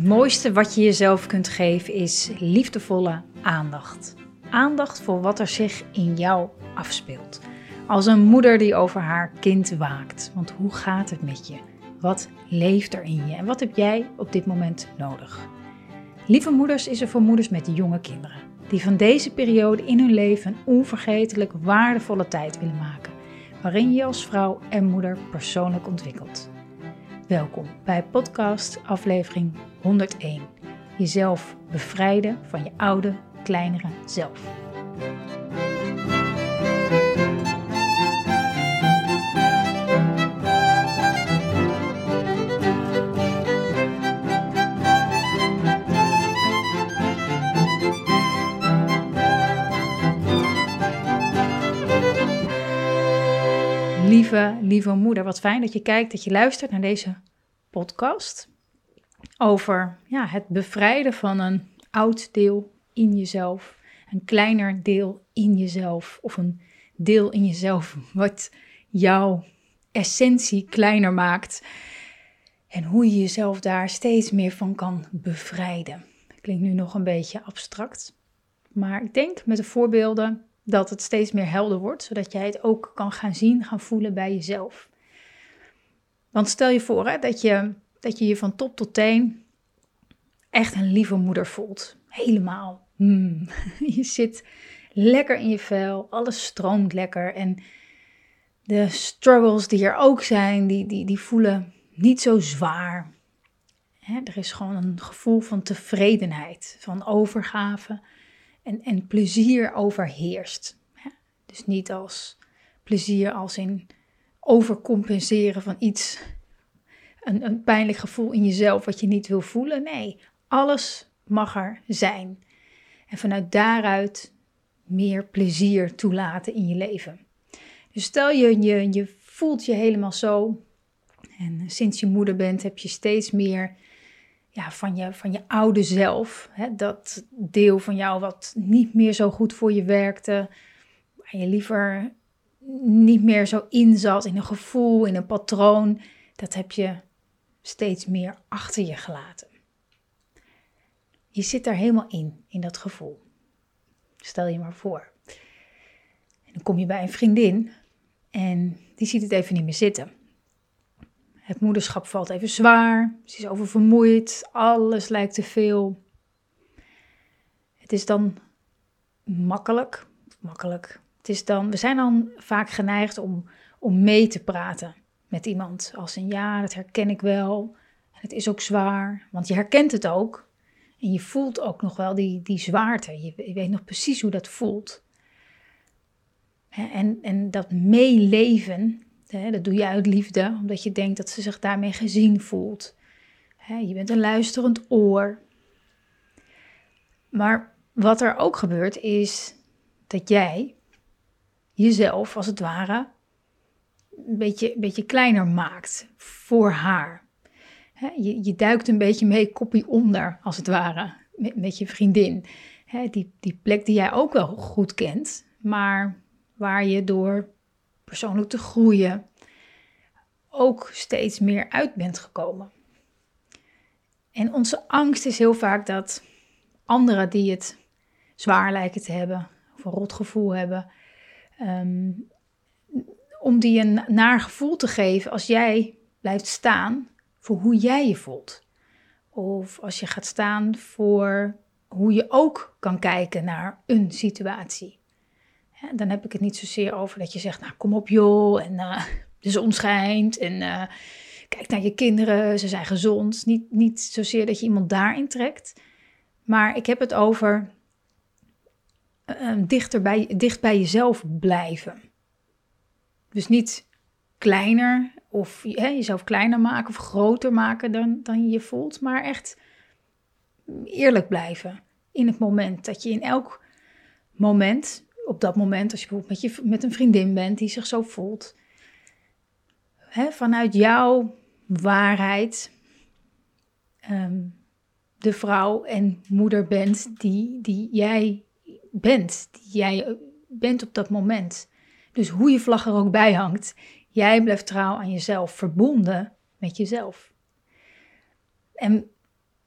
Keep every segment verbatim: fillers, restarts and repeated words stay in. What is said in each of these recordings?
mooiste wat je jezelf kunt geven is liefdevolle aandacht. Aandacht voor wat er zich in jou afspeelt. Als een moeder die over haar kind waakt. Want hoe gaat het met je? Wat leeft er in je? En wat heb jij op dit moment nodig? Lieve Moeders is er voor moeders met jonge kinderen. Die van deze periode in hun leven een onvergetelijk waardevolle tijd willen maken. Waarin je je als vrouw en moeder persoonlijk ontwikkelt. Welkom bij podcast aflevering honderdéén. Jezelf bevrijden van je oude, kleinere zelf. Lieve, lieve moeder, wat fijn dat je kijkt, dat je luistert naar deze podcast over ja, het bevrijden van een oud deel in jezelf, een kleiner deel in jezelf of een deel in jezelf wat jouw essentie kleiner maakt en hoe je jezelf daar steeds meer van kan bevrijden. Klinkt nu nog een beetje abstract, maar ik denk met de voorbeelden dat het steeds meer helder wordt, zodat jij het ook kan gaan zien, gaan voelen bij jezelf. Want stel je voor hè, dat, je, dat je je van top tot teen echt een lieve moeder voelt. Helemaal. Hmm. Je zit lekker in je vel, alles stroomt lekker. En de struggles die er ook zijn, die, die, die voelen niet zo zwaar. Hè, er is gewoon een gevoel van tevredenheid, van overgave. En, en plezier overheerst. Ja, dus niet als plezier als in overcompenseren van iets. Een, een pijnlijk gevoel in jezelf wat je niet wil voelen. Nee, alles mag er zijn. En vanuit daaruit meer plezier toelaten in je leven. Dus stel je, je, je voelt je helemaal zo. En sinds je moeder bent heb je steeds meer... Ja, van, je, van je oude zelf, hè, dat deel van jou wat niet meer zo goed voor je werkte, waar je liever niet meer zo in zat, in een gevoel, in een patroon, dat heb je steeds meer achter je gelaten. Je zit daar helemaal in, in dat gevoel. Stel je maar voor. En dan kom je bij een vriendin en die ziet het even niet meer zitten. Het moederschap valt even zwaar, ze is oververmoeid, alles lijkt te veel. Het is dan makkelijk, makkelijk. Het is dan, we zijn dan vaak geneigd om, om mee te praten met iemand. Als een ja, dat herken ik wel. En het is ook zwaar, want je herkent het ook. En je voelt ook nog wel die, die zwaarte. Je, je weet nog precies hoe dat voelt. En, en dat meeleven... Dat doe je uit liefde, omdat je denkt dat ze zich daarmee gezien voelt. Je bent een luisterend oor. Maar wat er ook gebeurt is dat jij jezelf als het ware een beetje, een beetje kleiner maakt voor haar. Je, je duikt een beetje mee koppie onder als het ware met, met je vriendin. Die, die plek die jij ook wel goed kent, maar waar je door... persoonlijk te groeien, ook steeds meer uit bent gekomen. En onze angst is heel vaak dat anderen die het zwaar lijken te hebben, of een rot gevoel hebben, um, om die een naar gevoel te geven als jij blijft staan voor hoe jij je voelt. Of als je gaat staan voor hoe je ook kan kijken naar een situatie. Ja, dan heb ik het niet zozeer over dat je zegt, nou kom op joh, en uh, de zon schijnt en uh, kijk naar je kinderen, ze zijn gezond. Niet, niet zozeer dat je iemand daarin trekt, maar ik heb het over uh, dichter bij, dicht bij jezelf blijven. Dus niet kleiner of hè, jezelf kleiner maken of groter maken dan, dan je je voelt, maar echt eerlijk blijven in het moment. Dat je in elk moment... Op dat moment, als je bijvoorbeeld met, je, met een vriendin bent die zich zo voelt. Hè, vanuit jouw waarheid um, de vrouw en moeder bent die, die jij bent. Die jij bent op dat moment. Dus hoe je vlag er ook bij hangt. Jij blijft trouw aan jezelf, verbonden met jezelf. En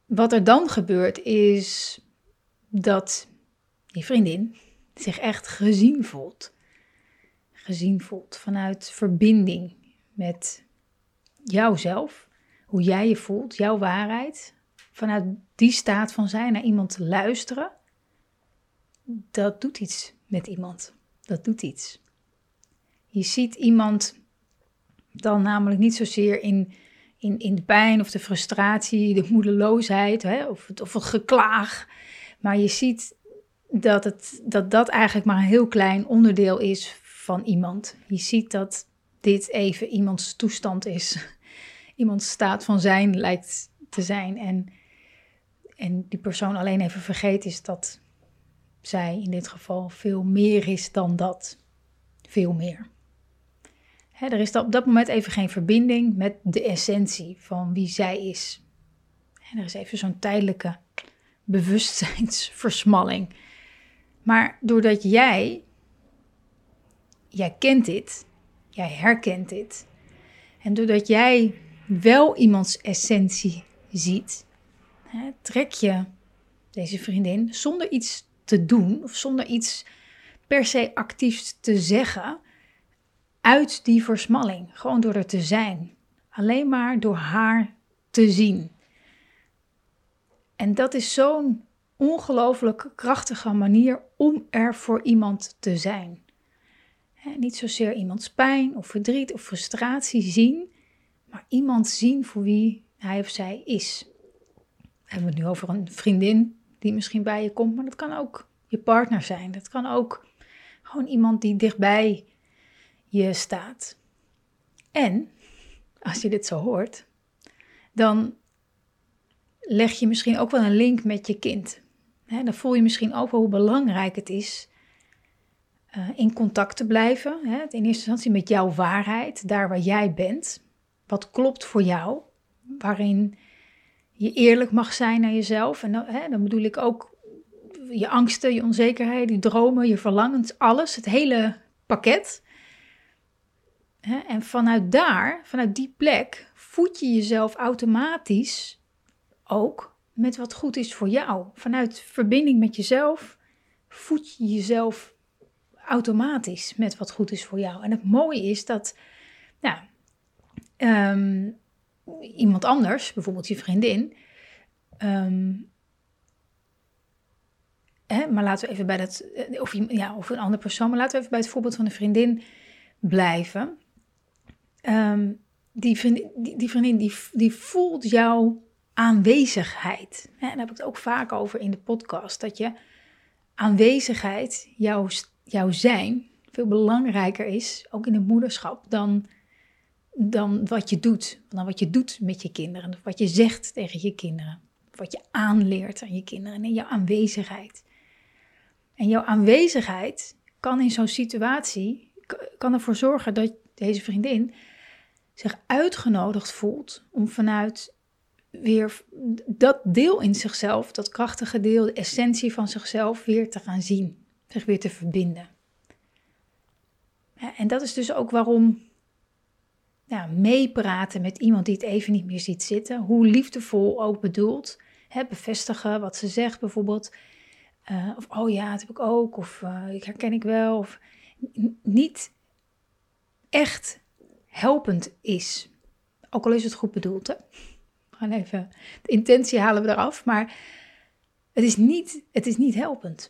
wat er dan gebeurt is dat die vriendin zich echt gezien voelt. Gezien voelt vanuit verbinding met jouzelf, hoe jij je voelt, jouw waarheid. Vanuit die staat van zijn naar iemand te luisteren, dat doet iets met iemand. Dat doet iets. Je ziet iemand dan namelijk niet zozeer in, in, in de pijn of de frustratie, de moedeloosheid, hè, of, het, of het geklaag. Maar je ziet dat, het, dat dat eigenlijk maar een heel klein onderdeel is van iemand. Je ziet dat dit even iemands toestand is. Iemands staat van zijn lijkt te zijn. En, en die persoon alleen even vergeten is dat zij in dit geval veel meer is dan dat. Veel meer. Hè, er is op dat moment even geen verbinding met de essentie van wie zij is. En er is even zo'n tijdelijke bewustzijnsversmalling. Maar doordat jij, jij kent dit, jij herkent dit. En doordat jij wel iemands essentie ziet, hè, trek je deze vriendin zonder iets te doen of zonder iets per se actiefs te zeggen uit die versmalling. Gewoon door er te zijn. Alleen maar door haar te zien. En dat is zo'n ongelooflijk krachtige manier om er voor iemand te zijn. He, niet zozeer iemands pijn of verdriet of frustratie zien, maar iemand zien voor wie hij of zij is. We hebben het nu over een vriendin die misschien bij je komt, maar dat kan ook je partner zijn. Dat kan ook gewoon iemand die dichtbij je staat. En als je dit zo hoort, dan leg je misschien ook wel een link met je kind. He, dan voel je misschien ook wel hoe belangrijk het is uh, in contact te blijven. He, in eerste instantie met jouw waarheid, daar waar jij bent. Wat klopt voor jou, waarin je eerlijk mag zijn naar jezelf. En dan, he, dan bedoel ik ook je angsten, je onzekerheid, je dromen, je verlangens, alles. Het hele pakket. He, en vanuit daar, vanuit die plek, voed je jezelf automatisch ook met wat goed is voor jou. Vanuit verbinding met jezelf voed je jezelf automatisch met wat goed is voor jou. En het mooie is dat nou, um, iemand anders, bijvoorbeeld je vriendin, um, hè, maar laten we even bij dat, of, ja, of een andere persoon, maar laten we even bij het voorbeeld van een vriendin blijven. Um, die vriendin, die, die, vriendin die, die voelt jouw aanwezigheid. En daar heb ik het ook vaak over in de podcast. Dat je aanwezigheid, jouw, jouw zijn, veel belangrijker is, ook in het moederschap, dan, dan wat je doet. Dan wat je doet met je kinderen. Of wat je zegt tegen je kinderen. Of wat je aanleert aan je kinderen. En jouw aanwezigheid. En jouw aanwezigheid kan in zo'n situatie, kan ervoor zorgen dat deze vriendin zich uitgenodigd voelt om vanuit weer dat deel in zichzelf, dat krachtige deel, de essentie van zichzelf weer te gaan zien. Zich weer te verbinden. Ja, en dat is dus ook waarom ja, meepraten met iemand die het even niet meer ziet zitten. Hoe liefdevol ook bedoeld. Hè, bevestigen wat ze zegt bijvoorbeeld. Uh, of oh ja, dat heb ik ook. Of uh, ik herken ik wel. Of n- niet echt helpend is. Ook al is het goed bedoeld, hè. Gewoon even, de intentie halen we eraf, maar het is niet, het is niet helpend.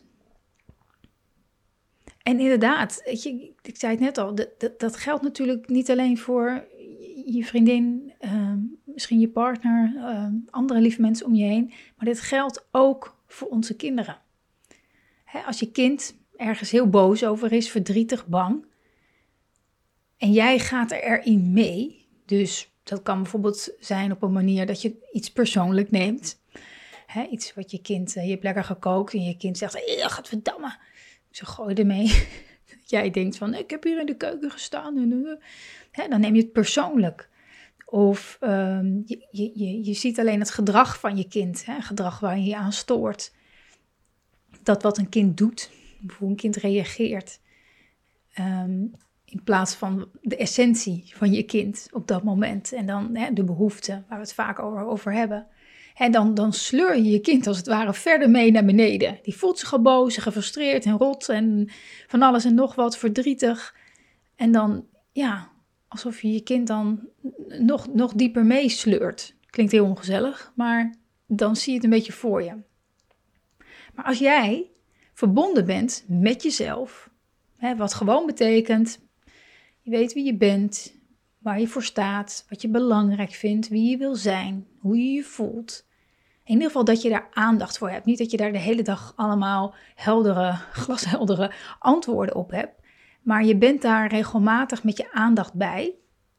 En inderdaad, weet je, ik zei het net al, dat, dat, dat geldt natuurlijk niet alleen voor je vriendin, uh, misschien je partner, uh, andere lieve mensen om je heen, maar dit geldt ook voor onze kinderen. Hè, als je kind ergens heel boos over is, verdrietig, bang, en jij gaat er erin mee, dus dat kan bijvoorbeeld zijn op een manier dat je iets persoonlijk neemt. Hè, iets wat je kind, je hebt lekker gekookt en je kind zegt, eh, gadverdamme. Ze gooi ermee. Dat jij denkt van, ik heb hier in de keuken gestaan. En, uh, hè, dan neem je het persoonlijk. Of um, je, je, je, je ziet alleen het gedrag van je kind. Hè, gedrag waar je je aan stoort. Dat wat een kind doet. Hoe een kind reageert. Um, in plaats van de essentie van je kind op dat moment. En dan hè, de behoeften waar we het vaak over, over hebben. En dan, dan sleur je je kind als het ware verder mee naar beneden. Die voelt zich al boos, gefrustreerd en rot en van alles en nog wat, verdrietig. En dan, ja, alsof je je kind dan nog, nog dieper meesleurt. Klinkt heel ongezellig, maar dan zie je het een beetje voor je. Maar als jij verbonden bent met jezelf, hè, wat gewoon betekent, je weet wie je bent, waar je voor staat, wat je belangrijk vindt, wie je wil zijn, hoe je je voelt. In ieder geval dat je daar aandacht voor hebt. Niet dat je daar de hele dag allemaal heldere, glasheldere antwoorden op hebt. Maar je bent daar regelmatig met je aandacht bij.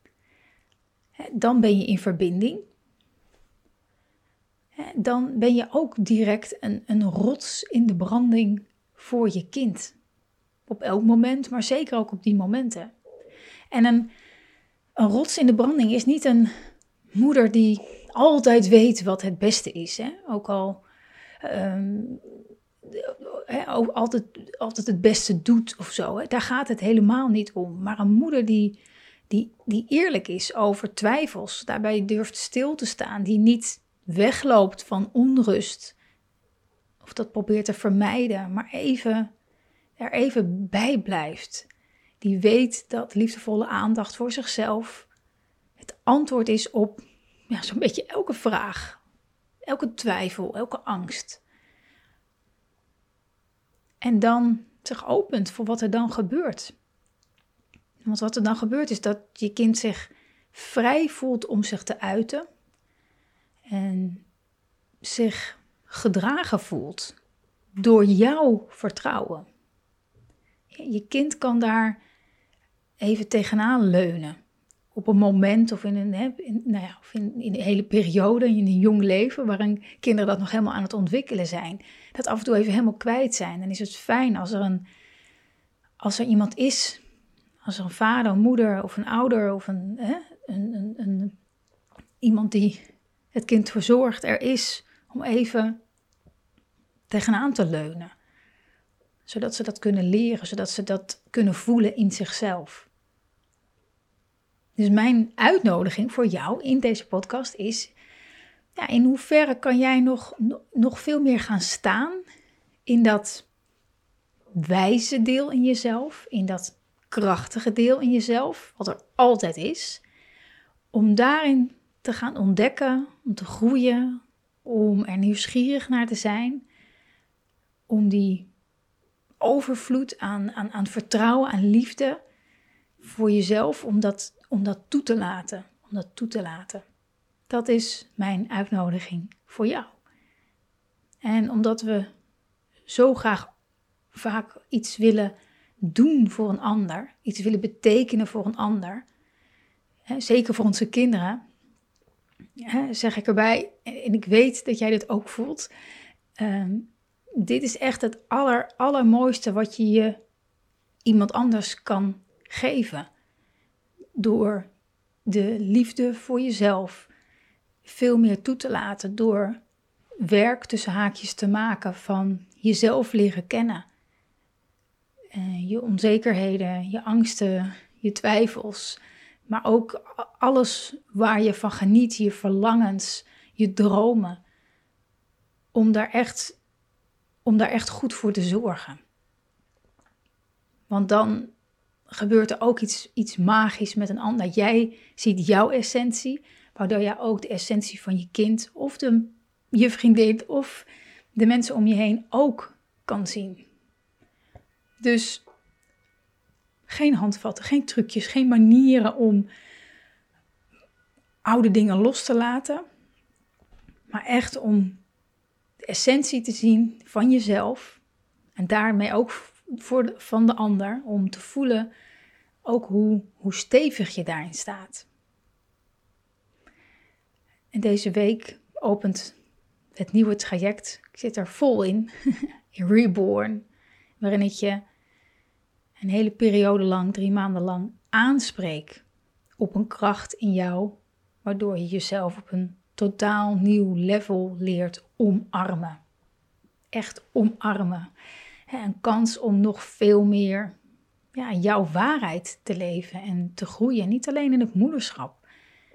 Dan ben je in verbinding. Dan ben je ook direct een, een rots in de branding voor je kind. Op elk moment, maar zeker ook op die momenten. En een, een rots in de branding is niet een moeder die altijd weet wat het beste is. Hè? Ook al um, he, ook altijd, altijd het beste doet of zo. Hè? Daar gaat het helemaal niet om. Maar een moeder die, die, die eerlijk is over twijfels. Daarbij durft stil te staan. Die niet wegloopt van onrust. Of dat probeert te vermijden. Maar even, er even bij blijft. Die weet dat liefdevolle aandacht voor zichzelf het antwoord is op ja, zo'n beetje elke vraag. Elke twijfel, elke angst. En dan zich opent voor wat er dan gebeurt. Want wat er dan gebeurt is dat je kind zich vrij voelt om zich te uiten. En zich gedragen voelt door jouw vertrouwen. Je kind kan daar even tegenaan leunen. Op een moment of in een, in, nou ja, of in, in een hele periode, in een jong leven, waarin kinderen dat nog helemaal aan het ontwikkelen zijn. Dat af en toe even helemaal kwijt zijn. Dan is het fijn als er, een, als er iemand is, als er een vader, een moeder of een ouder of een, hè, een, een, een, iemand die het kind verzorgt, er is om even tegenaan te leunen. Zodat ze dat kunnen leren, zodat ze dat kunnen voelen in zichzelf. Dus mijn uitnodiging voor jou in deze podcast is, ja, in hoeverre kan jij nog, nog veel meer gaan staan in dat wijze deel in jezelf, in dat krachtige deel in jezelf, wat er altijd is, om daarin te gaan ontdekken, om te groeien, om er nieuwsgierig naar te zijn, om die overvloed aan, aan, aan vertrouwen, aan liefde voor jezelf, om dat, om dat toe te laten, om dat toe te laten. Dat is mijn uitnodiging voor jou. En omdat we zo graag vaak iets willen doen voor een ander, iets willen betekenen voor een ander, hè, zeker voor onze kinderen, hè, zeg ik erbij, en ik weet dat jij dit ook voelt, um, dit is echt het aller, allermooiste wat je je iemand anders kan geven. Door de liefde voor jezelf veel meer toe te laten. Door werk tussen haakjes te maken van jezelf leren kennen. Uh, je onzekerheden, je angsten, je twijfels. Maar ook alles waar je van geniet, je verlangens, je dromen. Om daar echt, om daar echt goed voor te zorgen. Want dan gebeurt er ook iets, iets magisch met een ander. Jij ziet jouw essentie, waardoor jij ook de essentie van je kind of de, je vriendin of de mensen om je heen ook kan zien. Dus geen handvatten, geen trucjes, geen manieren om oude dingen los te laten, maar echt om de essentie te zien van jezelf en daarmee ook voor de, van de ander, om te voelen ook hoe, hoe stevig je daarin staat. En deze week opent het nieuwe traject, ik zit er vol in, in Reborn, waarin ik je een hele periode lang, drie maanden lang, aanspreek op een kracht in jou, waardoor je jezelf op een totaal nieuw level leert omarmen. Echt omarmen. Een kans om nog veel meer ja, jouw waarheid te leven en te groeien. Niet alleen in het moederschap,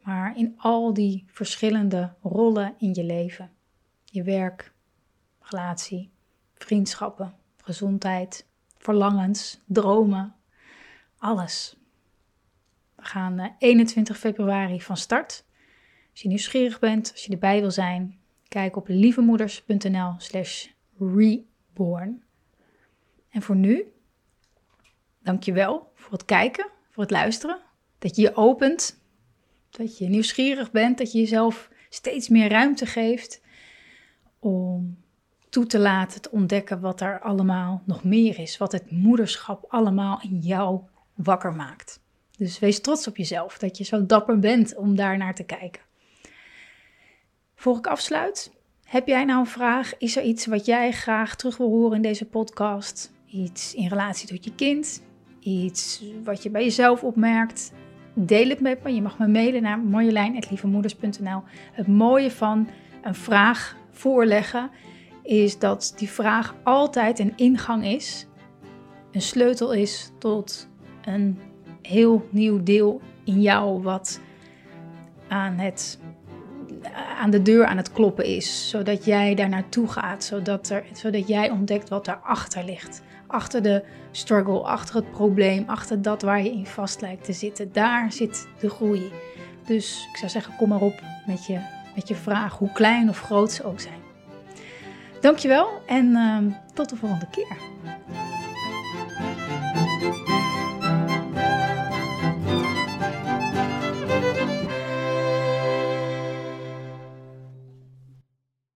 maar in al die verschillende rollen in je leven. Je werk, relatie, vriendschappen, gezondheid, verlangens, dromen, alles. We gaan uh, eenentwintig februari van start. Als je nieuwsgierig bent, als je erbij wil zijn, kijk op lievemoeders.nl slash reborn. En voor nu, dank je wel voor het kijken, voor het luisteren. Dat je je opent, dat je nieuwsgierig bent, dat je jezelf steeds meer ruimte geeft om toe te laten, te ontdekken wat er allemaal nog meer is. Wat het moederschap allemaal in jou wakker maakt. Dus wees trots op jezelf, dat je zo dapper bent om daar naar te kijken. Voor ik afsluit, heb jij nou een vraag? Is er iets wat jij graag terug wil horen in deze podcast? Iets in relatie tot je kind? Iets wat je bij jezelf opmerkt? Deel het met me. Je mag me mailen naar marjolein at lievemoeders punt n l. Het mooie van een vraag voorleggen is dat die vraag altijd een ingang is. Een sleutel is tot een heel nieuw deel in jou wat aan, het, aan de deur aan het kloppen is. Zodat jij daar naartoe gaat. Zodat, er, zodat jij ontdekt wat daarachter ligt. Achter de struggle, achter het probleem, achter dat waar je in vast lijkt te zitten. Daar zit de groei. Dus ik zou zeggen, kom maar op met je, met je vraag, hoe klein of groot ze ook zijn. Dankjewel en uh, tot de volgende keer.